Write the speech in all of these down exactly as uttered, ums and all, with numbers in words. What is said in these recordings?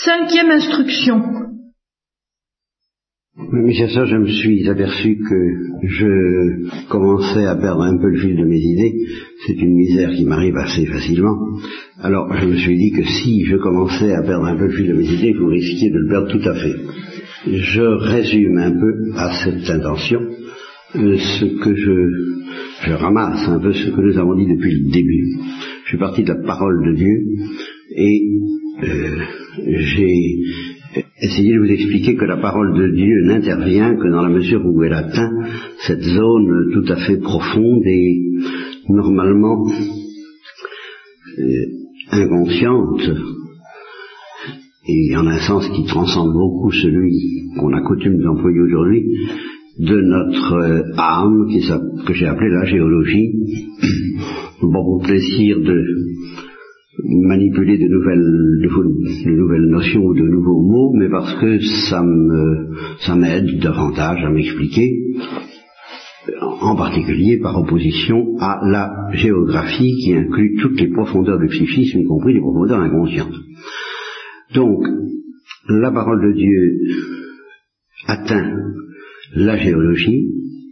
Cinquième instruction. Mais c'est ça, je me suis aperçu que je commençais à perdre un peu le fil de mes idées. C'est une misère qui m'arrive assez facilement. Alors je me suis dit que si je commençais à perdre un peu le fil de mes idées, vous risquiez de le perdre tout à fait. Je résume un peu à cette intention euh, ce que je, je ramasse un peu ce que nous avons dit depuis le début. Je suis parti de la parole de Dieu et euh, j'ai essayé de vous expliquer que la parole de Dieu n'intervient que dans la mesure où elle atteint cette zone tout à fait profonde et normalement euh, inconsciente, et en un sens qui transcende beaucoup celui qu'on a coutume d'employer aujourd'hui, de notre euh, âme, qui que j'ai appelée la géologie. Bon, pour plaisir de manipuler de nouvelles, de, de nouvelles notions ou de nouveaux mots, mais parce que ça me, ça m'aide davantage à m'expliquer, en particulier par opposition à la géographie qui inclut toutes les profondeurs du psychisme, y compris les profondeurs inconscientes. Donc, la parole de Dieu atteint la géologie.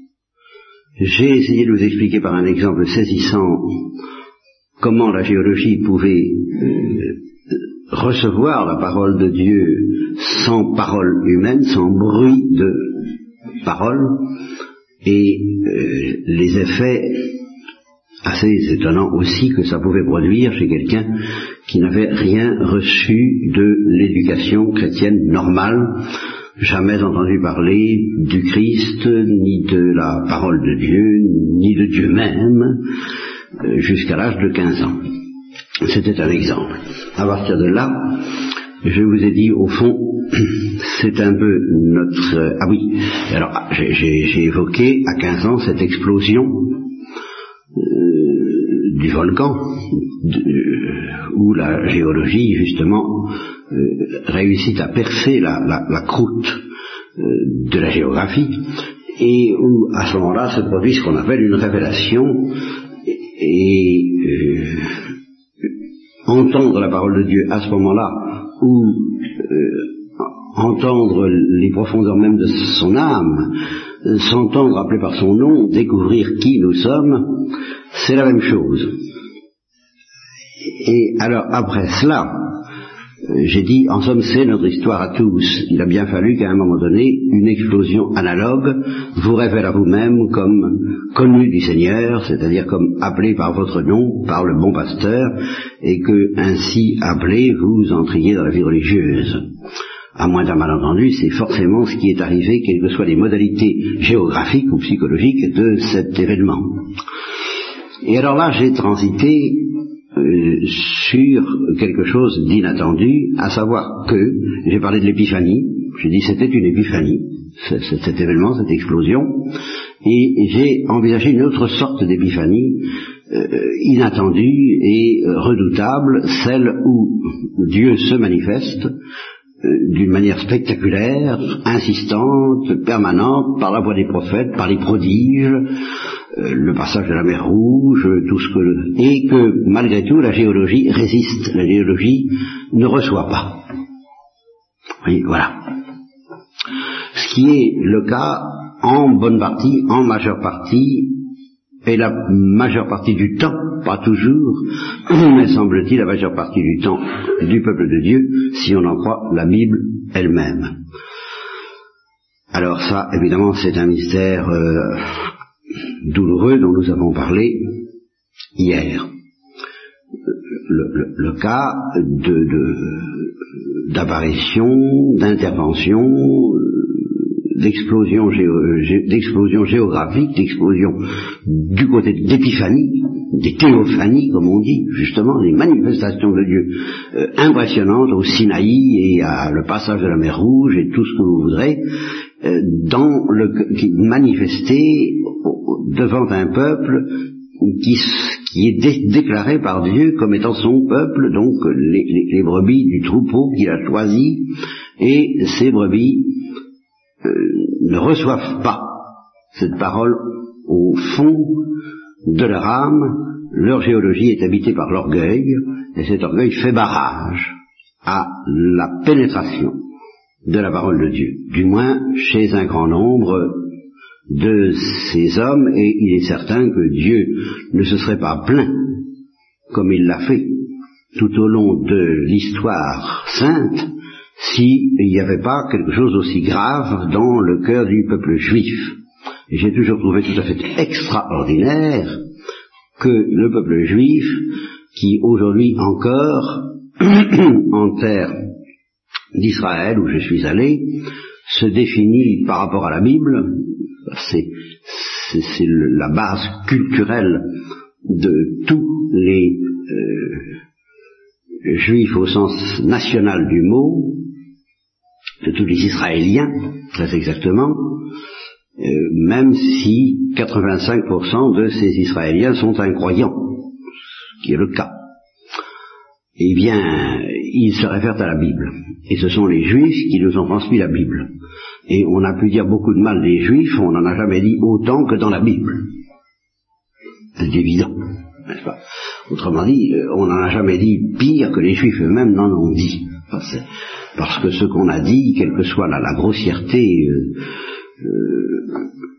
J'ai essayé de vous expliquer par un exemple saisissant comment la géologie pouvait euh, recevoir la parole de Dieu sans parole humaine, sans bruit de parole, et euh, les effets assez étonnants aussi que ça pouvait produire chez quelqu'un qui n'avait rien reçu de l'éducation chrétienne normale, jamais entendu parler du Christ, ni de la parole de Dieu, ni de Dieu même, euh, jusqu'à l'âge de quinze ans. C'était un exemple. À partir de là, je vous ai dit, au fond, c'est un peu notre... Euh, ah oui, alors j'ai, j'ai, j'ai évoqué à quinze ans cette explosion euh, du volcan, de, euh, où la géologie, justement, euh, réussit à percer la, la, la croûte euh, de la géographie, et où, à ce moment-là, se produit ce qu'on appelle une révélation, et, et euh, entendre la parole de Dieu à ce moment-là, ou euh, entendre les profondeurs même de son âme, euh, s'entendre appeler par son nom, découvrir qui nous sommes, c'est la même chose. Et alors après cela, euh, j'ai dit, en somme, c'est notre histoire à tous. Il a bien fallu qu'à un moment donné, une explosion analogue vous révèle à vous-même comme connu du Seigneur, c'est-à-dire comme appelé par votre nom, par le bon pasteur, et que, ainsi appelé, vous entriez dans la vie religieuse. À moins d'un malentendu, c'est forcément ce qui est arrivé, quelles que soient les modalités géographiques ou psychologiques de cet événement. Et alors là, j'ai transité euh, sur quelque chose d'inattendu, à savoir que, j'ai parlé de l'épiphanie, j'ai dit c'était une épiphanie, cet, cet événement, cette explosion, et j'ai envisagé une autre sorte d'épiphanie, euh, inattendue et euh, redoutable, celle où Dieu se manifeste d'une manière spectaculaire, insistante, permanente, par la voix des prophètes, par les prodiges, euh, le passage de la mer Rouge, tout ce que... et que, malgré tout, la géologie résiste, la géologie ne reçoit pas. Oui, voilà. Ce qui est le cas en bonne partie, en majeure partie, et la majeure partie du temps, pas toujours, mais semble-t-il la majeure partie du temps du peuple de Dieu, si on en croit la Bible elle-même. Alors ça, évidemment, c'est un mystère euh, douloureux dont nous avons parlé hier. Le, le, le cas de, de, d'apparition, d'intervention, d'explosion, géo, gé, d'explosion géographique, d'explosion du côté d'épiphanie, des théophanies, comme on dit, justement, des manifestations de Dieu euh, impressionnantes au Sinaï et à le passage de la mer Rouge et tout ce que vous voudrez, euh, dans le, qui manifesté devant un peuple qui, qui est dé, déclaré par Dieu comme étant son peuple, donc les, les, les brebis du troupeau qu'il a choisi, et ces brebis euh, ne reçoivent pas cette parole au fond de leur âme. Leur géologie est habitée par l'orgueil, et cet orgueil fait barrage à la pénétration de la parole de Dieu, du moins chez un grand nombre de ces hommes, et il est certain que Dieu ne se serait pas plaint, comme il l'a fait tout au long de l'histoire sainte, s'il n'y avait pas quelque chose aussi grave dans le cœur du peuple juif. Et j'ai toujours trouvé tout à fait extraordinaire que le peuple juif, qui aujourd'hui encore, en terre d'Israël, où je suis allé, se définit par rapport à la Bible, c'est, c'est, c'est la base culturelle de tous les euh, juifs au sens national du mot, de tous les Israéliens, très exactement, euh, même si quatre-vingt-cinq pour cent de ces Israéliens sont incroyants, ce qui est le cas. Eh bien, ils se réfèrent à la Bible. Et ce sont les Juifs qui nous ont transmis la Bible. Et on a pu dire beaucoup de mal des Juifs, on n'en a jamais dit autant que dans la Bible. C'est évident, n'est-ce pas? Autrement dit, on n'en a jamais dit pire que les Juifs eux-mêmes n'en ont dit. Parce, parce que ce qu'on a dit, quelle que soit la, la grossièreté, euh, euh,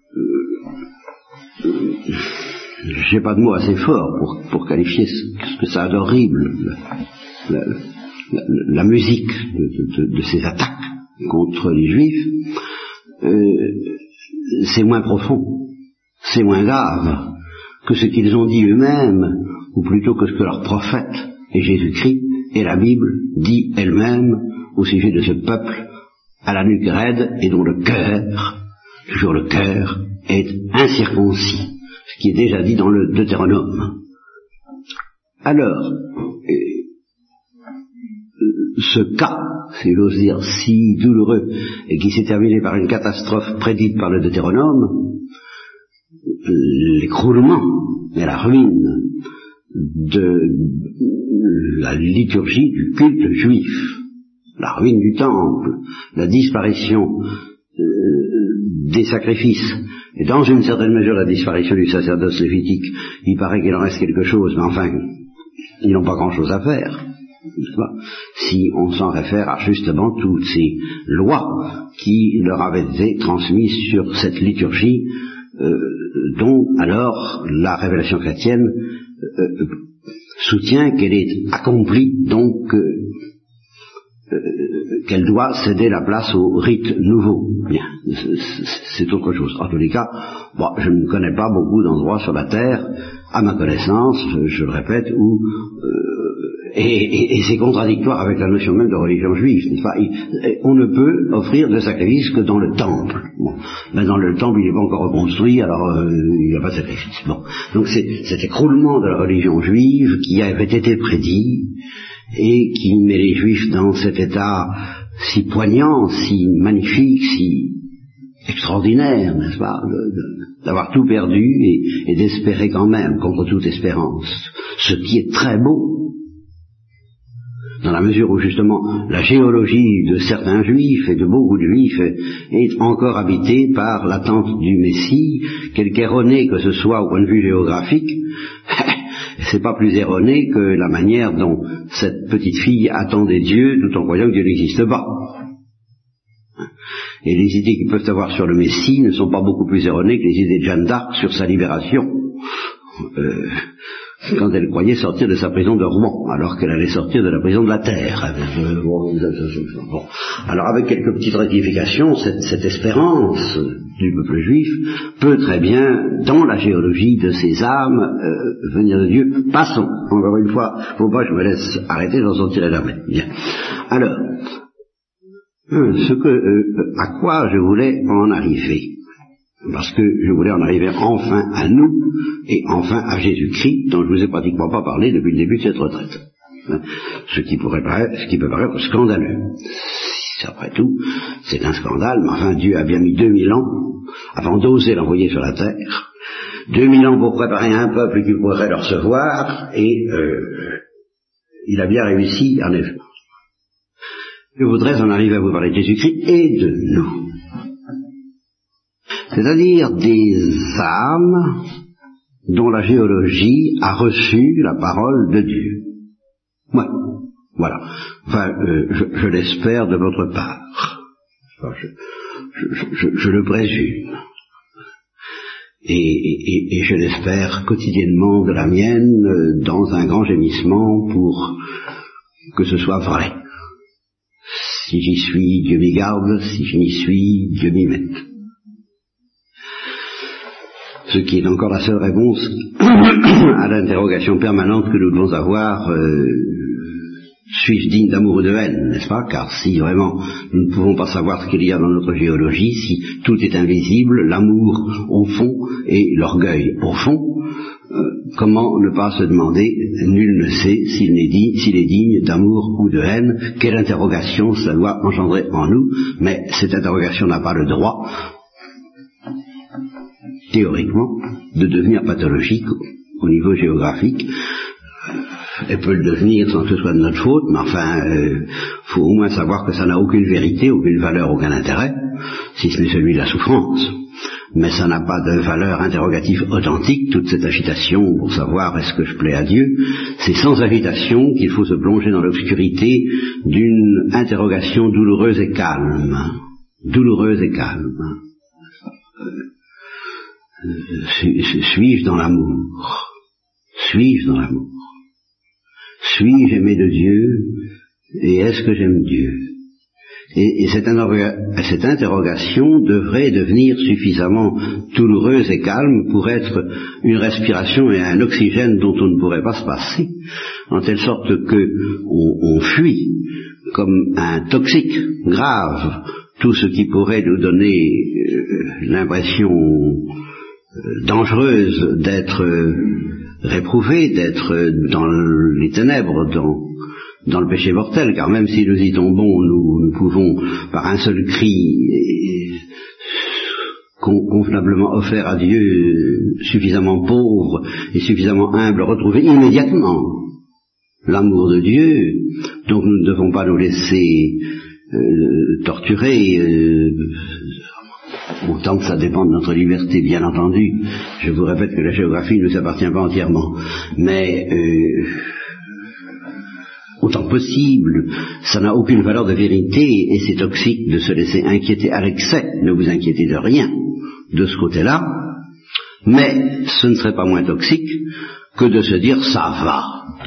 euh, j'ai pas de mots assez forts pour, pour qualifier ce, ce que ça a d'horrible, la, la, la, la musique de, de, de ces attaques contre les Juifs, euh, c'est moins profond, c'est moins grave que ce qu'ils ont dit eux-mêmes, ou plutôt que ce que leur prophète et Jésus-Christ et la Bible dit elle-même au sujet de ce peuple à la nuque raide et dont le cœur, toujours le cœur, est incirconcis, ce qui est déjà dit dans le Deutéronome. Alors, ce cas, si j'ose dire, si douloureux, et qui s'est terminé par une catastrophe prédite par le Deutéronome, l'écroulement et la ruine de la liturgie du culte juif, la ruine du temple, la disparition euh, des sacrifices, et dans une certaine mesure la disparition du sacerdoce lévitique. Il paraît qu'il en reste quelque chose, mais enfin, ils n'ont pas grand-chose à faire, n'est-ce pas, si on s'en réfère à justement toutes ces lois qui leur avaient été transmises sur cette liturgie, euh, dont alors la révélation chrétienne euh, soutient qu'elle est accomplie, donc euh, euh, qu'elle doit céder la place au rite nouveau. Bien, c'est autre chose. En tous les cas, bon, je ne connais pas beaucoup d'endroits sur la terre, à ma connaissance, je le répète, où euh, et, et, et c'est contradictoire avec la notion même de religion juive, n'est-ce pas? Il, on ne peut offrir de sacrifice que dans le temple. Bon, ben dans le temple, il n'est pas encore reconstruit, alors euh, il n'y a pas de sacrifice. Bon, donc c'est cet écroulement de la religion juive qui avait été prédit et qui met les Juifs dans cet état si poignant, si magnifique, si extraordinaire, n'est-ce pas, d'avoir tout perdu et, et d'espérer quand même contre toute espérance, ce qui est très beau, dans la mesure où justement la géologie de certains juifs et de beaucoup de juifs est encore habitée par l'attente du Messie, quelque erroné que ce soit au point de vue géographique. C'est pas plus erroné que la manière dont cette petite fille attendait Dieu tout en croyant que Dieu n'existe pas. Et les idées qu'ils peuvent avoir sur le Messie ne sont pas beaucoup plus erronées que les idées de Jeanne d'Arc sur sa libération, euh, quand elle croyait sortir de sa prison de Rouen, alors qu'elle allait sortir de la prison de la terre. Bon. Alors avec quelques petites rectifications, cette, cette espérance du peuple juif peut très bien, dans la géologie de ses âmes, euh, venir de Dieu. Passons, encore une fois, faut pas que je me laisse arrêter, j'en sortirai jamais. Bien. Alors, ce que, euh, à quoi je voulais en arriver, parce que je voulais en arriver enfin à nous, et enfin à Jésus-Christ, dont je vous ai pratiquement pas parlé depuis le début de cette retraite. Ce qui pourrait paraître, ce qui peut paraître scandaleux. Après tout, c'est un scandale, mais enfin Dieu a bien mis deux mille ans avant d'oser l'envoyer sur la terre, deux mille ans pour préparer un peuple qui pourrait le recevoir, et euh, il a bien réussi en effet. Je voudrais en arriver à vous parler de Jésus-Christ et de nous. C'est-à-dire des âmes dont la géologie a reçu la parole de Dieu. Ouais, Voilà. Enfin, euh, je, je l'espère de votre part. Enfin, je, je, je, je le présume. Et, et, et je l'espère quotidiennement de la mienne, dans un grand gémissement pour que ce soit vrai. Si j'y suis, Dieu m'y garde, si je n'y suis, Dieu m'y mette. Ce qui est encore la seule réponse à l'interrogation permanente que nous devons avoir, euh, suis-je digne d'amour ou de haine, n'est-ce pas? Car si vraiment nous ne pouvons pas savoir ce qu'il y a dans notre géologie, si tout est invisible, l'amour au fond et l'orgueil au fond, euh, comment ne pas se demander, nul ne sait s'il est digne, s'il est digne d'amour ou de haine, quelle interrogation cela doit engendrer en nous, mais cette interrogation n'a pas le droit, théoriquement, de devenir pathologique au niveau géographique. Elle peut le devenir sans que ce soit de notre faute, mais enfin, il euh, faut au moins savoir que ça n'a aucune vérité, aucune valeur, aucun intérêt, si ce n'est celui de la souffrance. Mais ça n'a pas de valeur interrogative authentique, toute cette agitation pour savoir est-ce que je plais à Dieu. C'est sans agitation qu'il faut se plonger dans l'obscurité d'une interrogation douloureuse et calme. Douloureuse et calme. Suis-je dans l'amour? Suis-je dans l'amour? Suis-je aimé de Dieu? Et est-ce que j'aime Dieu? Et, et cette, cette interrogation devrait devenir suffisamment douloureuse et calme pour être une respiration et un oxygène dont on ne pourrait pas se passer, en telle sorte que on, on fuit comme un toxique grave tout ce qui pourrait nous donner euh, l'impression euh, dangereuse d'être euh, réprouvé, d'être dans les ténèbres, dans, dans le péché mortel, car même si nous y tombons, nous, nous pouvons, par un seul cri con, convenablement offert à Dieu, suffisamment pauvre et suffisamment humble, retrouver immédiatement l'amour de Dieu. Donc nous ne devons pas nous laisser euh, torturer, euh, autant que ça dépend de notre liberté, bien entendu. Je vous répète que la géographie ne nous appartient pas entièrement, mais euh, autant que possible, ça n'a aucune valeur de vérité et c'est toxique de se laisser inquiéter à l'excès. Ne vous inquiétez de rien de ce côté-là, mais ce ne serait pas moins toxique que de se dire ça va.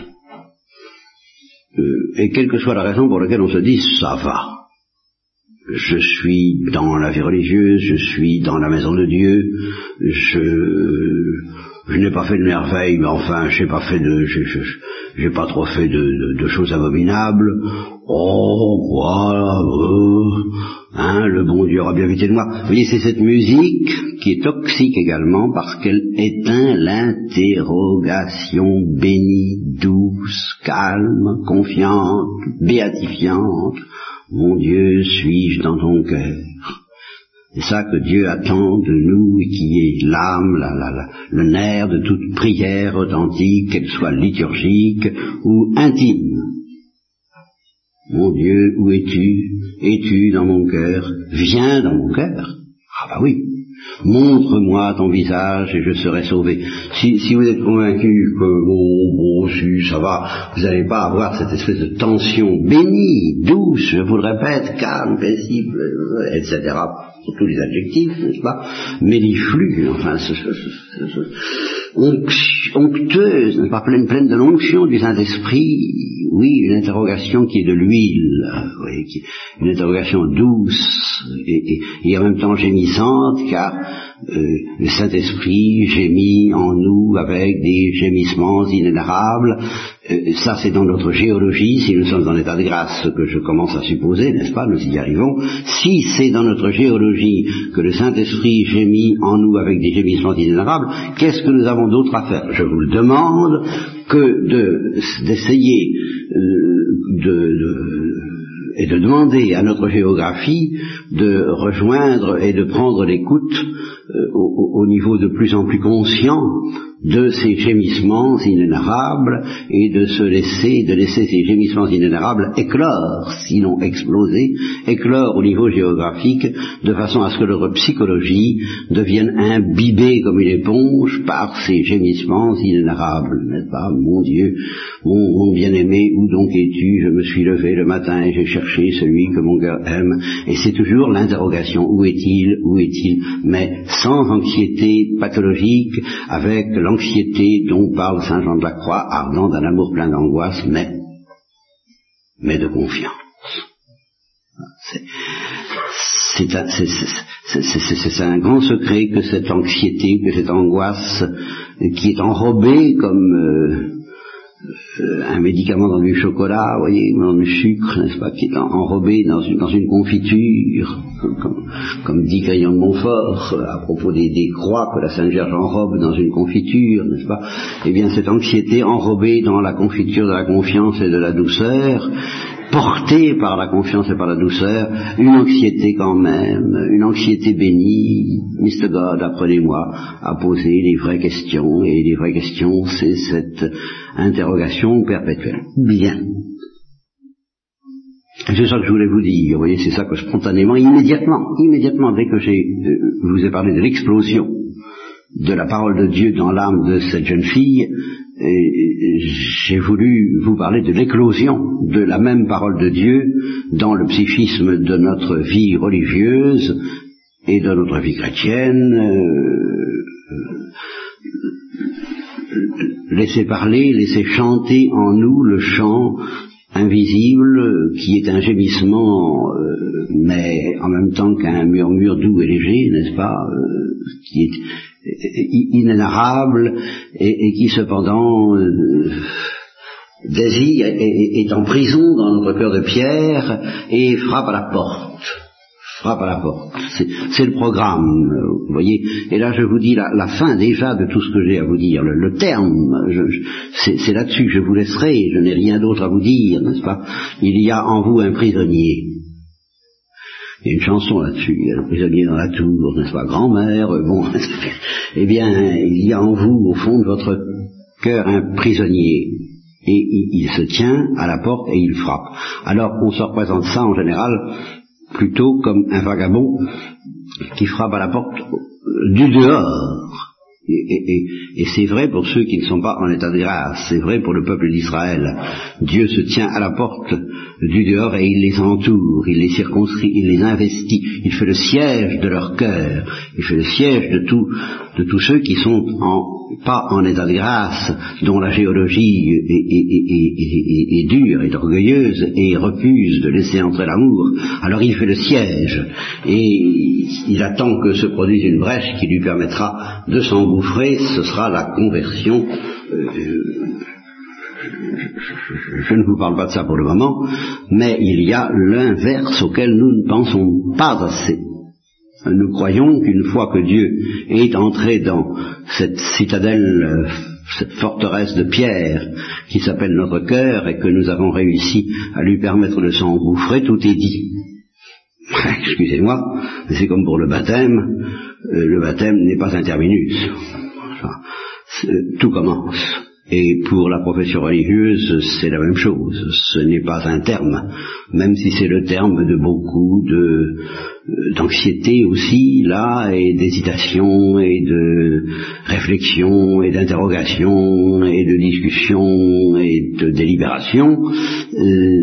Euh, et quelle que soit la raison pour laquelle on se dit ça va. Je suis dans la vie religieuse, je suis dans la maison de Dieu, je, je n'ai pas fait de merveilles, mais enfin, je n'ai pas fait de, je, je, j'ai pas trop fait de, de, de choses abominables. Oh, voilà, euh, hein, le bon Dieu aura bien évité de moi. Vous voyez, c'est cette musique qui est toxique également parce qu'elle éteint l'interrogation bénie, douce, calme, confiante, béatifiante. Mon Dieu, suis-je dans ton cœur? C'est ça que Dieu attend de nous et qui est l'âme, la, la, la, le nerf de toute prière authentique, qu'elle soit liturgique ou intime. Mon Dieu, où es-tu? Es-tu dans mon cœur? Viens dans mon cœur. Ah bah oui. Montre-moi ton visage et je serai sauvé. Si, si vous êtes convaincu que bon, bon, si ça va, vous n'allez pas avoir cette espèce de tension bénie, douce, je vous le répète, calme, paisible, et cetera. Pour tous les adjectifs, n'est-ce pas? Méliflue, enfin, ce, ce, ce, ce, onctueuse, n'est-ce pas, pleine, pleine de l'onction du Saint-Esprit. Oui, une interrogation qui est de l'huile, oui, qui, une interrogation douce et, et, et en même temps gémissante, car euh, le Saint-Esprit gémit en nous avec des gémissements inénarrables. Euh, ça, c'est dans notre géologie, si nous sommes dans l'état de grâce, ce que je commence à supposer, n'est-ce pas, nous y arrivons. Si c'est dans notre géologie que le Saint-Esprit gémit en nous avec des gémissements inénarrables, qu'est-ce que nous avons d'autre à faire? Je vous le demande que de, d'essayer euh, de, de et de demander à notre géographie de rejoindre et de prendre l'écoute euh, au, au niveau de plus en plus conscient de ces gémissements inénarrables et de se laisser, de laisser ces gémissements inénarrables éclore, sinon exploser, éclore au niveau géographique, de façon à ce que leur psychologie devienne imbibée comme une éponge par ces gémissements inénarrables, n'est-ce pas? Mon Dieu, mon, mon bien-aimé, où donc es-tu? Je me suis levé le matin et j'ai cherché celui que mon cœur aime, et c'est toujours l'interrogation, où est-il, où est-il, mais sans anxiété pathologique, avec l'anxiété dont parle Saint Jean de la Croix, ardent d'un amour plein d'angoisse, mais, mais de confiance. C'est, c'est, un, c'est, c'est, c'est, c'est un grand secret que cette anxiété, que cette angoisse, qui est enrobée comme euh, euh, un médicament dans du chocolat, vous voyez, dans du sucre, n'est-ce pas, qui est enrobé dans une, dans une confiture, comme, comme dit Grignon de Montfort à propos des, des croix que la Sainte Vierge enrobe dans une confiture, n'est-ce pas? Eh bien, cette anxiété enrobée dans la confiture de la confiance et de la douceur, portée par la confiance et par la douceur, une anxiété quand même, une anxiété bénie. mister God, apprenez-moi à poser les vraies questions, et les vraies questions, c'est cette interrogation perpétuelle. Bien. C'est ça que je voulais vous dire, vous voyez, c'est ça que spontanément, immédiatement, immédiatement, dès que j'ai, euh, je vous ai parlé de l'explosion de la parole de Dieu dans l'âme de cette jeune fille, et j'ai voulu vous parler de l'éclosion de la même parole de Dieu dans le psychisme de notre vie religieuse et de notre vie chrétienne. Laissez parler, laissez chanter en nous le chant invisible qui est un gémissement, euh, mais en même temps qu'un murmure doux et léger, n'est-ce pas, euh, qui est inénarrable et, et qui cependant euh, désire et est en prison dans notre cœur de pierre et frappe à la porte. Frappe à la porte. C'est, c'est le programme, vous voyez. Et là, je vous dis la, la fin déjà de tout ce que j'ai à vous dire. Le, le terme, je, je, c'est, c'est là-dessus que je vous laisserai. Je n'ai rien d'autre à vous dire, n'est-ce pas? Il y a en vous un prisonnier. Il y a une chanson là-dessus, il y a le prisonnier dans la tour, n'est-ce pas, grand-mère, bon, eh bien, il y a en vous, au fond de votre cœur, un prisonnier, et il, il se tient à la porte et il frappe. Alors, on se représente ça, en général, plutôt comme un vagabond qui frappe à la porte du dehors. Et, et, et, et c'est vrai pour ceux qui ne sont pas en état de grâce, c'est vrai pour le peuple d'Israël. Dieu se tient à la porte du dehors et il les entoure, il les circonscrit, il les investit, il fait le siège de leur cœur, il fait le siège de tout, de tous ceux qui sont en, pas en état de grâce, dont la géologie est, est, est, est, est, est dure, est orgueilleuse et refuse de laisser entrer l'amour. Alors il fait le siège et il attend que se produise une brèche qui lui permettra de s'engouffrer. Ce sera la conversion. Euh, je, je ne vous parle pas de ça pour le moment, mais il y a l'inverse auquel nous ne pensons pas assez. Nous croyons qu'une fois que Dieu est entré dans cette citadelle, cette forteresse de pierre qui s'appelle notre cœur, et que nous avons réussi à lui permettre de s'engouffrer, tout est dit. Excusez-moi, mais c'est comme pour le baptême, euh, le baptême n'est pas un terminus. Enfin, tout commence. Et pour la profession religieuse, c'est la même chose. Ce n'est pas un terme, même si c'est le terme de beaucoup de d'anxiété aussi, là, et d'hésitation, et de réflexion, et d'interrogation, et de discussion, et de délibération. Euh,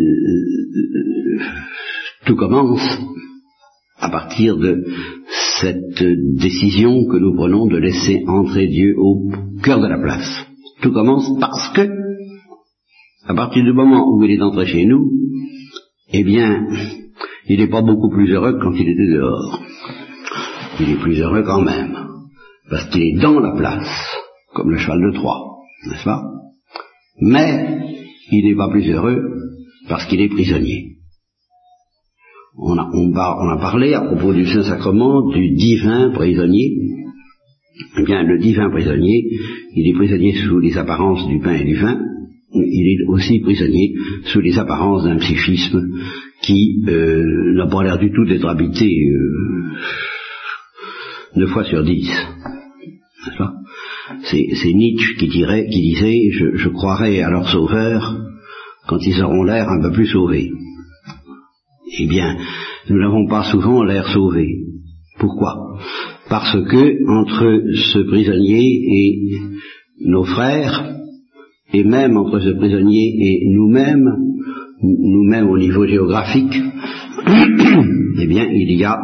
tout commence à partir de cette décision que nous prenons de laisser entrer Dieu au cœur de la place. Tout commence parce que, à partir du moment où il est entré chez nous, eh bien, il n'est pas beaucoup plus heureux que quand il était dehors. Il est plus heureux quand même, parce qu'il est dans la place, comme le cheval de Troie, n'est-ce pas? Mais, il n'est pas plus heureux parce qu'il est prisonnier. On a, on, on a parlé à propos du Saint-Sacrement du divin prisonnier. Eh bien, le divin prisonnier, il est prisonnier sous les apparences du pain et du vin, il est aussi prisonnier sous les apparences d'un psychisme qui euh, n'a pas l'air du tout d'être habité euh, neuf fois sur dix. N'est-ce pas? C'est, c'est Nietzsche qui, dirait, qui disait je, je croirai à leur sauveur quand ils auront l'air un peu plus sauvés. Eh bien, nous n'avons pas souvent l'air sauvés. Pourquoi? Parce que entre ce prisonnier et nos frères, et même entre ce prisonnier et nous-mêmes, nous-mêmes au niveau géographique, eh bien, il y a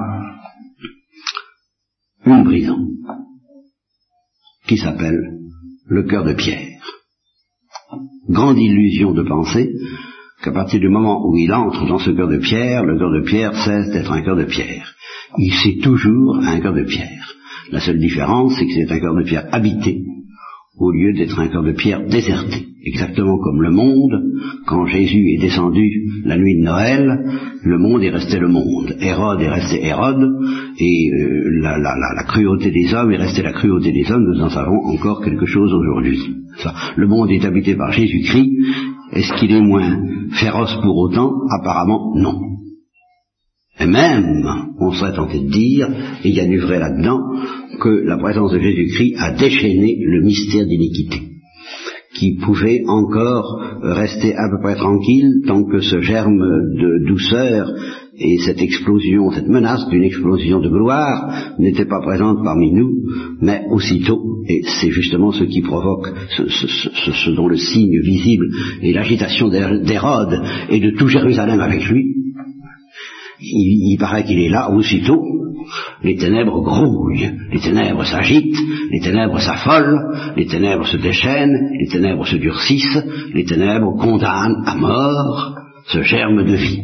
une prison qui s'appelle le cœur de pierre. Grande illusion de penser qu'à partir du moment où il entre dans ce cœur de pierre, le cœur de pierre cesse d'être un cœur de pierre. Il c'est toujours un cœur de pierre. La seule différence, c'est que c'est un cœur de pierre habité, au lieu d'être un cœur de pierre déserté. Exactement comme le monde, quand Jésus est descendu la nuit de Noël, le monde est resté le monde. Hérode est resté Hérode, et euh, la, la, la, la cruauté des hommes est restée la cruauté des hommes. Nous en savons encore quelque chose aujourd'hui. Ça, le monde est habité par Jésus-Christ. Est-ce qu'il est moins féroce pour autant? Apparemment, non. Et même, on serait tenté de dire, et il y a du vrai là-dedans, que la présence de Jésus-Christ a déchaîné le mystère d'iniquité, qui pouvait encore rester à peu près tranquille tant que ce germe de douceur et cette explosion, cette menace d'une explosion de gloire n'était pas présente parmi nous, mais aussitôt, et c'est justement ce qui provoque, ce, ce, ce, ce dont le signe visible est l'agitation d'Hérode et de tout Jérusalem avec lui, il, il paraît qu'il est là, aussitôt, les ténèbres grouillent, les ténèbres s'agitent, les ténèbres s'affolent, les ténèbres se déchaînent, les ténèbres se durcissent, les ténèbres condamnent à mort ce germe de vie.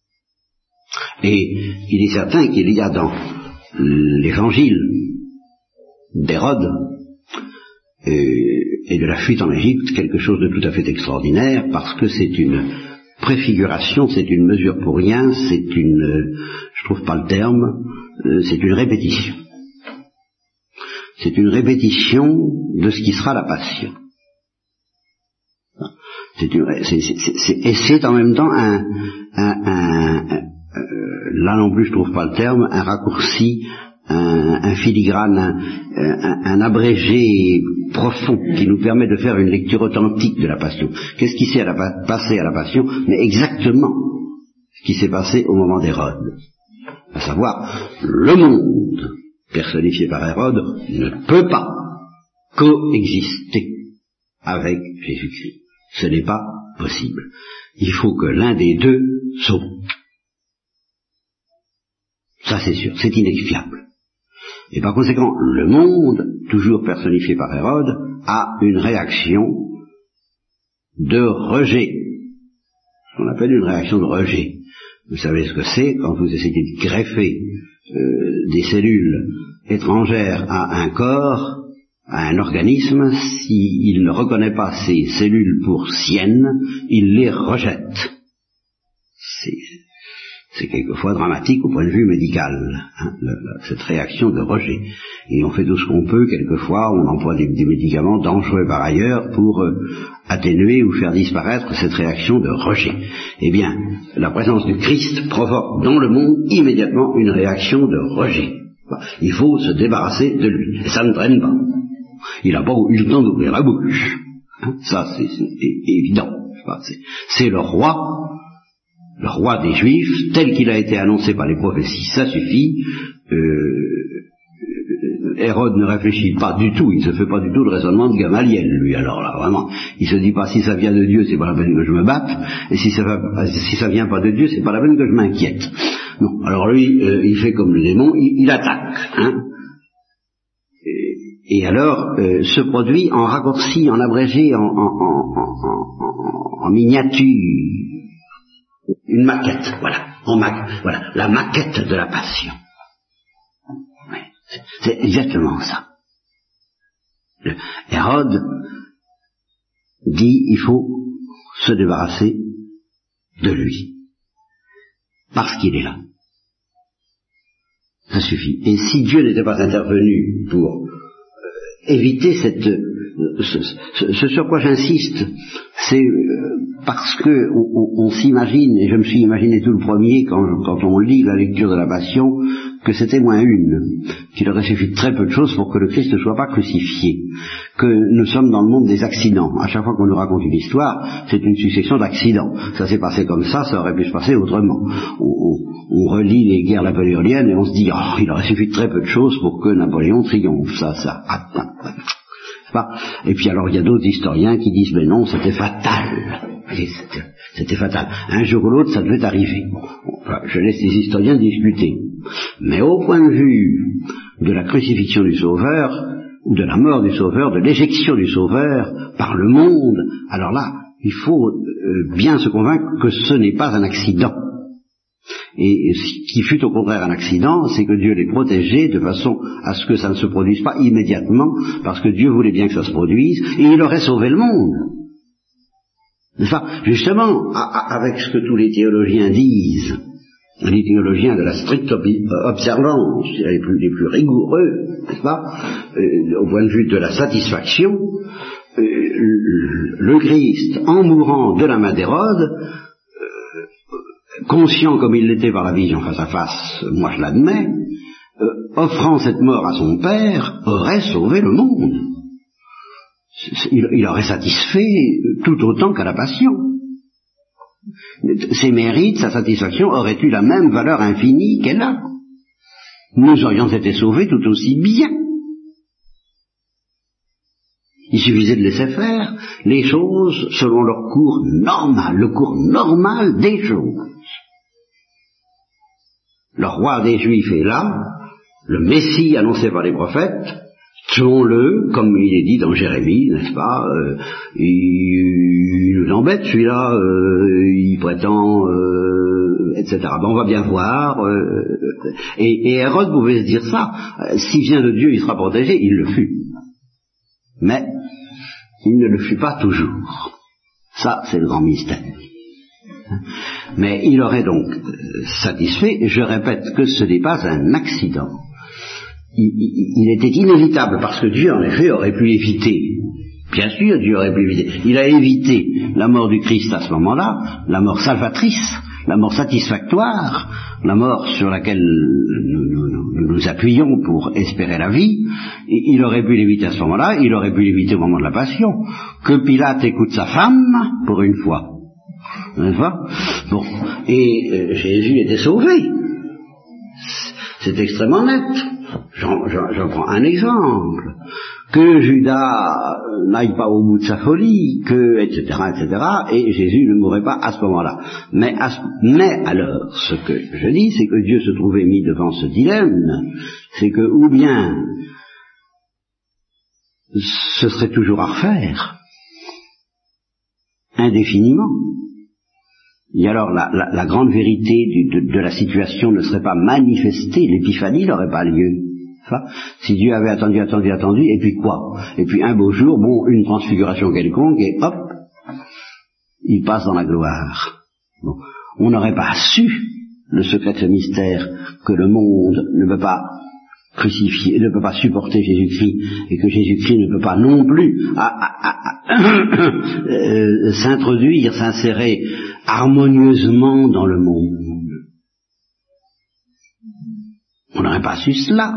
Et il est certain qu'il y a dans l'évangile d'Hérode euh, et de la fuite en Égypte quelque chose de tout à fait extraordinaire, parce que c'est une préfiguration, c'est une mesure pour rien, c'est une, euh, je trouve pas le terme, euh, c'est une répétition. C'est une répétition de ce qui sera la passion. C'est une, c'est, c'est, c'est, et c'est en même temps un, un, un, un euh, là non plus je trouve pas le terme, un raccourci, un, un filigrane, un, un, un abrégé profond qui nous permet de faire une lecture authentique de la passion. Qu'est-ce qui s'est à la, passé à la passion? Mais exactement ce qui s'est passé au moment d'Hérode. À savoir, le monde personnifié par Hérode ne peut pas coexister avec Jésus-Christ. Ce n'est pas possible. Il faut que l'un des deux saute. Ça c'est sûr, c'est inexpiable. Et par conséquent, le monde, toujours personnifié par Hérode, a une réaction de rejet. Ce qu'on appelle une réaction de rejet. Vous savez ce que c'est quand vous essayez de greffer euh, des cellules étrangères à un corps, à un organisme, s'il ne reconnaît pas ces cellules pour siennes, il les rejette. C'est... C'est quelquefois dramatique au point de vue médical, hein, le, le, cette réaction de rejet. Et on fait tout ce qu'on peut, quelquefois, on emploie des, des médicaments dangereux par ailleurs pour euh, atténuer ou faire disparaître cette réaction de rejet. Eh bien, la présence du Christ provoque dans le monde immédiatement une réaction de rejet. Il faut se débarrasser de lui, et ça ne traîne pas. Il n'a pas eu le temps d'ouvrir la bouche. Hein, ça, c'est, c'est évident. C'est, c'est le roi, le roi des Juifs, tel qu'il a été annoncé par les prophéties, ça suffit. Euh, Hérode ne réfléchit pas du tout, il ne se fait pas du tout le raisonnement de Gamaliel, lui, alors là, vraiment. Il se dit pas, si ça vient de Dieu, c'est pas la peine que je me batte, et si ça, va, si ça vient pas de Dieu, c'est pas la peine que je m'inquiète. Non, alors lui, euh, il fait comme le démon, il, il attaque, hein. Et, et alors, euh, se produit en raccourci, en abrégé, en, en, en, en, en miniature, une maquette, voilà, en ma, voilà, la maquette de la passion. Oui, c'est, c'est exactement ça. Le, Hérode dit, il faut se débarrasser de lui, parce qu'il est là. Ça suffit. Et si Dieu n'était pas intervenu pour euh, éviter cette, euh, ce, ce, ce sur quoi j'insiste, c'est euh, parce que on, on, on s'imagine, et je me suis imaginé tout le premier quand, quand on lit la lecture de la Passion, que c'était moins une, qu'il aurait suffi de très peu de choses pour que le Christ ne soit pas crucifié, que nous sommes dans le monde des accidents. À chaque fois qu'on nous raconte une histoire, c'est une succession d'accidents. Ça s'est passé comme ça, ça aurait pu se passer autrement. On, on, on relit les guerres napoléoniennes et on se dit, oh, il aurait suffi de très peu de choses pour que Napoléon triomphe. Ça, ça, atteint. Et puis alors il y a d'autres historiens qui disent, mais non, c'était fatal. C'était, c'était fatal. Un jour ou l'autre, ça devait arriver. Enfin, je laisse les historiens discuter. Mais au point de vue de la crucifixion du Sauveur, de la mort du Sauveur, de l'éjection du Sauveur par le monde, alors là, il faut euh, bien se convaincre que ce n'est pas un accident. Et ce qui fut au contraire un accident, c'est que Dieu les protégeait de façon à ce que ça ne se produise pas immédiatement, parce que Dieu voulait bien que ça se produise, et il aurait sauvé le monde. Enfin, justement, avec ce que tous les théologiens disent, les théologiens de la stricte observance, les plus, les plus rigoureux, n'est-ce pas, euh, au point de vue de la satisfaction, euh, le Christ, en mourant de la main d'Hérode, euh, conscient comme il l'était par la vision face à face, moi je l'admets, euh, offrant cette mort à son Père, aurait sauvé le monde. Il, il aurait satisfait tout autant qu'à la passion. Ses mérites, sa satisfaction auraient eu la même valeur infinie qu'elle a. Nous aurions été sauvés tout aussi bien. Il suffisait de laisser faire les choses selon leur cours normal, le cours normal des choses. Le roi des Juifs est là, le Messie annoncé par les prophètes, tuons-le, comme il est dit dans Jérémie, n'est-ce pas, euh, il, il nous embête celui-là, euh, il prétend, euh, et cetera. Ben, on va bien voir. Euh, et, et Hérode pouvait se dire ça, euh, s'il vient de Dieu, il sera protégé, il le fut. Mais il ne le fut pas toujours. Ça, c'est le grand mystère. Mais il aurait donc satisfait, et je répète que ce n'est pas un accident. Il, il, il était inévitable, parce que Dieu, en effet, aurait pu éviter. Bien sûr, Dieu aurait pu éviter. Il a évité la mort du Christ à ce moment-là, la mort salvatrice, la mort satisfactoire, la mort sur laquelle nous nous, nous, nous appuyons pour espérer la vie. Et il aurait pu l'éviter à ce moment-là, il aurait pu l'éviter au moment de la passion. Que Pilate écoute sa femme, pour une fois. N'est-ce pas ? Bon. Et euh, Jésus était sauvé. C'est extrêmement net. J'en, j'en, j'en prends un exemple. Que Judas n'aille pas au bout de sa folie, que, et cetera, et cetera, et Jésus ne mourrait pas à ce moment-là. Mais, à ce, mais alors, ce que je dis, c'est que Dieu se trouvait mis devant ce dilemme, c'est que, ou bien, ce serait toujours à refaire, indéfiniment, et alors la, la, la grande vérité du, de, de la situation ne serait pas manifestée, l'épiphanie n'aurait pas lieu. Enfin, si Dieu avait attendu, attendu, attendu, et puis quoi? Et puis un beau jour, bon, une transfiguration quelconque, et hop, il passe dans la gloire. Bon. On n'aurait pas su le secret de ce mystère, que le monde ne peut pas crucifier, ne peut pas supporter Jésus-Christ, et que Jésus-Christ ne peut pas non plus à, à, à, euh, s'introduire, s'insérer harmonieusement dans le monde. On n'aurait pas su cela.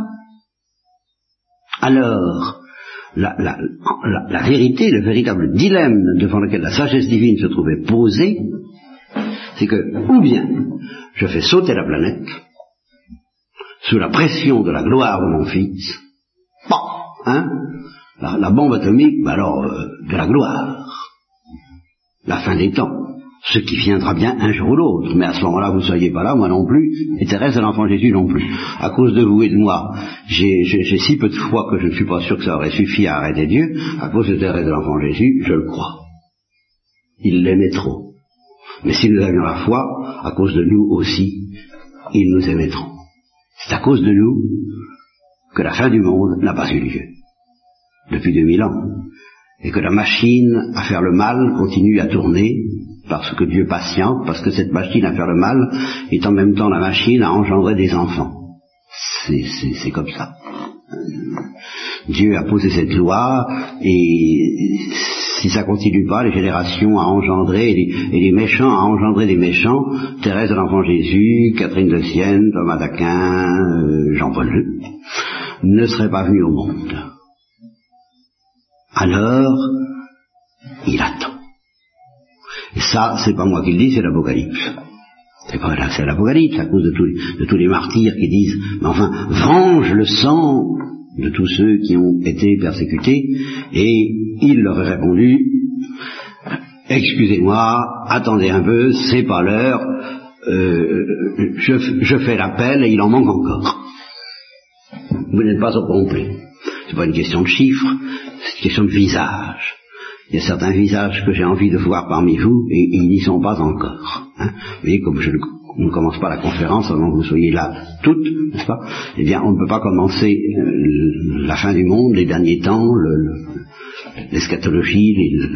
Alors, la, la, la, la vérité, le véritable dilemme devant lequel la sagesse divine se trouvait posée, c'est que, ou bien, je fais sauter la planète, sous la pression de la gloire de mon Fils, bon, hein, la, la bombe atomique, bah alors, euh, de la gloire, la fin des temps, ce qui viendra bien un jour ou l'autre, mais à ce moment-là, vous ne soyez pas là, moi non plus, et Thérèse de l'Enfant Jésus non plus. À cause de vous et de moi, j'ai, j'ai, j'ai si peu de foi que je ne suis pas sûr que ça aurait suffi à arrêter Dieu. À cause de Thérèse de l'Enfant Jésus, je le crois. Il l'aimait trop. Mais si nous avions la foi, à cause de nous aussi, il nous aimait trop. C'est à cause de nous que la fin du monde n'a pas eu lieu, depuis deux mille ans, et que la machine à faire le mal continue à tourner, parce que Dieu patiente, parce que cette machine à faire le mal est en même temps la machine à engendrer des enfants. C'est, c'est, c'est comme ça. Dieu a posé cette loi, et si ça continue pas, les générations à engendrer, et les, et les méchants à engendrer des méchants, Thérèse de l'Enfant Jésus, Catherine de Sienne, Thomas d'Aquin, euh, Jean-Paul deux, ne seraient pas venus au monde. Alors, il attend. Et ça, c'est pas moi qui le dis, c'est l'Apocalypse. C'est pas là, c'est l'Apocalypse, à cause de tous, les, de tous les martyrs qui disent, mais enfin, venge le sang de tous ceux qui ont été persécutés, et il leur a répondu, excusez-moi, attendez un peu, c'est pas l'heure, euh, je, je fais l'appel et il en manque encore. Vous n'êtes pas au complet. C'est pas une question de chiffres, c'est une question de visage. Il y a certains visages que j'ai envie de voir parmi vous, et, et ils n'y sont pas encore. Hein. Vous voyez, comme je ne commence pas la conférence avant que vous soyez là toutes, n'est-ce pas? Eh bien, on ne peut pas commencer euh, la fin du monde, les derniers temps, le, le, l'eschatologie, les, le,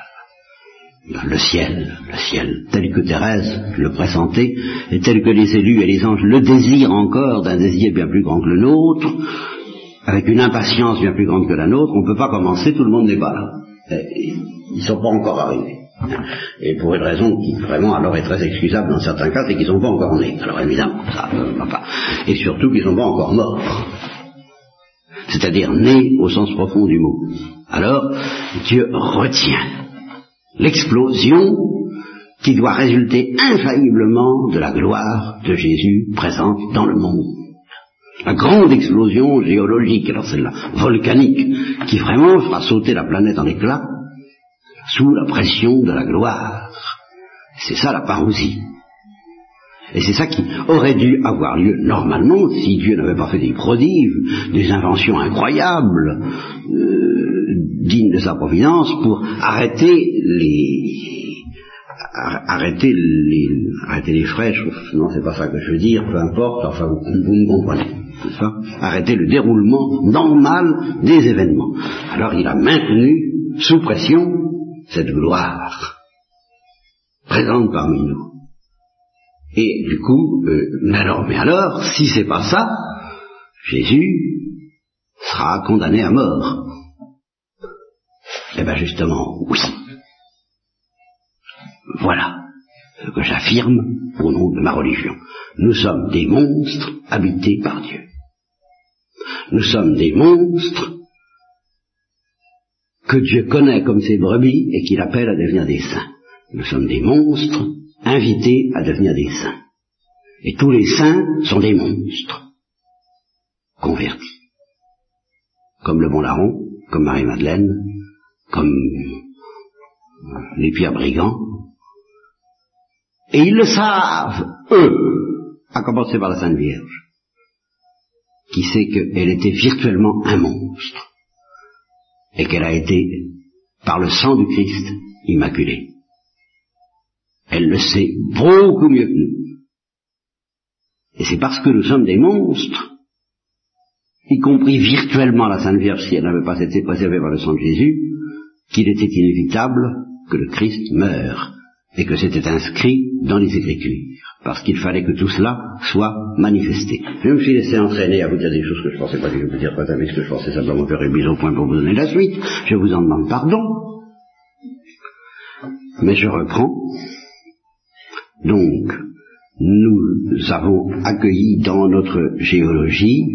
le, le ciel, le ciel, tel que Thérèse le pressentait, et tel que les élus et les anges le désirent encore, d'un désir bien plus grand que le nôtre, avec une impatience bien plus grande que la nôtre. On ne peut pas commencer, tout le monde n'est pas là. Ils ne sont pas encore arrivés. Et pour une raison qui vraiment alors est très excusable dans certains cas, c'est qu'ils ne sont pas encore nés. Alors évidemment, ça ne va pas. Et surtout qu'ils ne sont pas encore morts. C'est-à-dire nés au sens profond du mot. Alors, Dieu retient l'explosion qui doit résulter infailliblement de la gloire de Jésus présente dans le monde. La grande explosion géologique, alors celle-là, volcanique, qui vraiment fera sauter la planète en éclats sous la pression de la gloire. C'est ça la parousie. Et c'est ça qui aurait dû avoir lieu normalement si Dieu n'avait pas fait des prodiges, des inventions incroyables, euh, dignes de sa providence, pour arrêter les... arrêter les... arrêter les fraîches, non c'est pas ça que je veux dire, peu importe, enfin vous, vous me comprenez. Ça, arrêter le déroulement normal des événements. Alors il a maintenu sous pression cette gloire présente parmi nous. Et du coup, euh, mais alors, mais alors, si c'est pas ça, Jésus sera condamné à mort. Eh bien justement, oui. Voilà ce que j'affirme au nom de ma religion. Nous sommes des monstres habités par Dieu. Nous sommes des monstres que Dieu connaît comme ses brebis et qu'il appelle à devenir des saints. Nous sommes des monstres invités à devenir des saints. Et tous les saints sont des monstres convertis. Comme le bon larron, comme Marie-Madeleine, comme les Pierre Brigands. Et ils le savent, eux, à commencer par la Sainte Vierge, qui sait qu'elle était virtuellement un monstre, et qu'elle a été, par le sang du Christ, immaculée. Elle le sait beaucoup mieux que nous. Et c'est parce que nous sommes des monstres, y compris virtuellement la Sainte Vierge, si elle n'avait pas été préservée par le sang de Jésus, qu'il était inévitable que le Christ meure, et que c'était inscrit dans les Écritures, parce qu'il fallait que tout cela soit manifesté. Je me suis laissé entraîner à vous dire des choses que je ne pensais pas que je vous dire, pas avec ce que je pensais simplement faire une mise au point pour vous donner la suite. Je vous en demande pardon, mais je reprends. Donc, nous avons accueilli dans notre géologie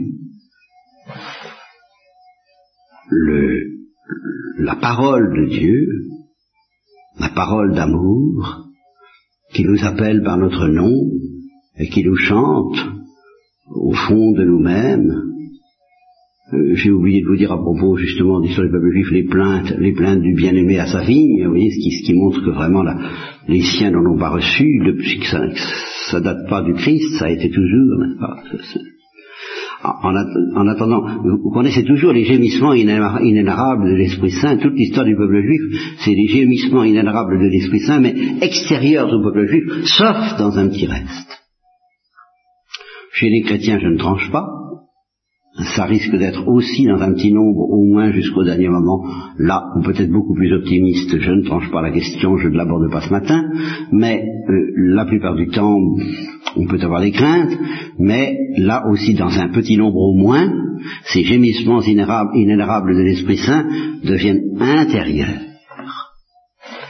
le, la parole de Dieu, la parole d'amour, qui nous appelle par notre nom et qui nous chante au fond de nous-mêmes. Euh, j'ai oublié de vous dire à propos justement d'histoire du peuple juif les plaintes, les plaintes du bien-aimé à sa vigne, vous voyez, ce qui, ce qui montre que vraiment la, les siens n'en ont pas reçu, depuis que ça, ça date pas du Christ, ça a été toujours, n'est-ce pas, En, en attendant, vous connaissez toujours les gémissements inénarrables de l'Esprit Saint. Toute l'histoire du peuple juif, c'est les gémissements inénarrables de l'Esprit Saint, mais extérieurs au peuple juif, sauf dans un petit reste. Chez les chrétiens, je ne tranche pas. Ça risque d'être aussi dans un petit nombre, au moins jusqu'au dernier moment. Là, ou peut-être beaucoup plus optimiste, je ne tranche pas la question, je ne l'aborde pas ce matin, mais euh, la plupart du temps, on peut avoir des craintes, mais là aussi, dans un petit nombre au moins, ces gémissements inénarrables de l'Esprit Saint deviennent intérieurs.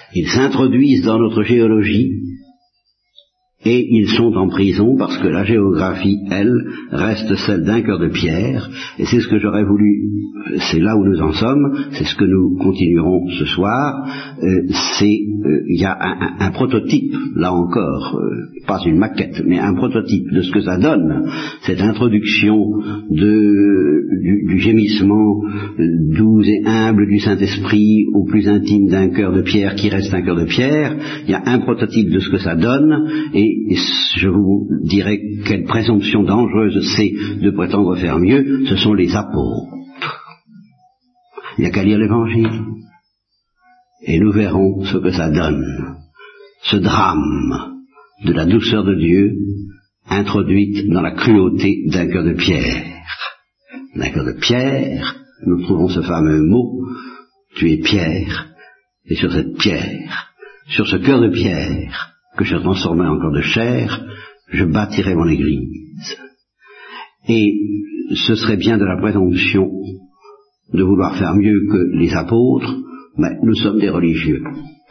Ils s'introduisent dans notre géologie et ils sont en prison parce que la géographie, elle, reste celle d'un cœur de pierre, et c'est ce que j'aurais voulu, c'est là où nous en sommes, c'est ce que nous continuerons ce soir, euh, c'est, il euh, y a un, un, un prototype, là encore, euh, pas une maquette, mais un prototype de ce que ça donne, cette introduction de, du, du gémissement doux et humble du Saint-Esprit au plus intime d'un cœur de pierre qui reste un cœur de pierre. Il y a un prototype de ce que ça donne, et Et je vous dirais quelle présomption dangereuse c'est de prétendre faire mieux, ce sont les apôtres. Il n'y a qu'à lire l'Évangile. Et nous verrons ce que ça donne. Ce drame de la douceur de Dieu introduite dans la cruauté d'un cœur de pierre. D'un cœur de pierre, nous trouvons ce fameux mot, tu es pierre, et sur cette pierre, sur ce cœur de pierre, que je transformerai en corps de chair, je bâtirai mon église. Et ce serait bien de la présomption de vouloir faire mieux que les apôtres, mais nous sommes des religieux.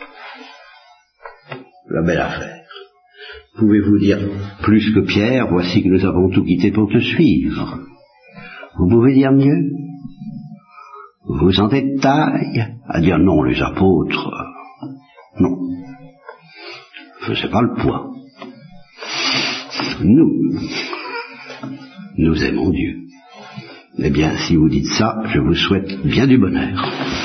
La belle affaire. Pouvez-vous dire plus que Pierre, voici que nous avons tout quitté pour te suivre? Vous pouvez dire mieux? Vous vous sentez de taille à dire non, les apôtres, non. C'est pas le point. Nous, nous aimons Dieu. Eh bien, si vous dites ça, je vous souhaite bien du bonheur.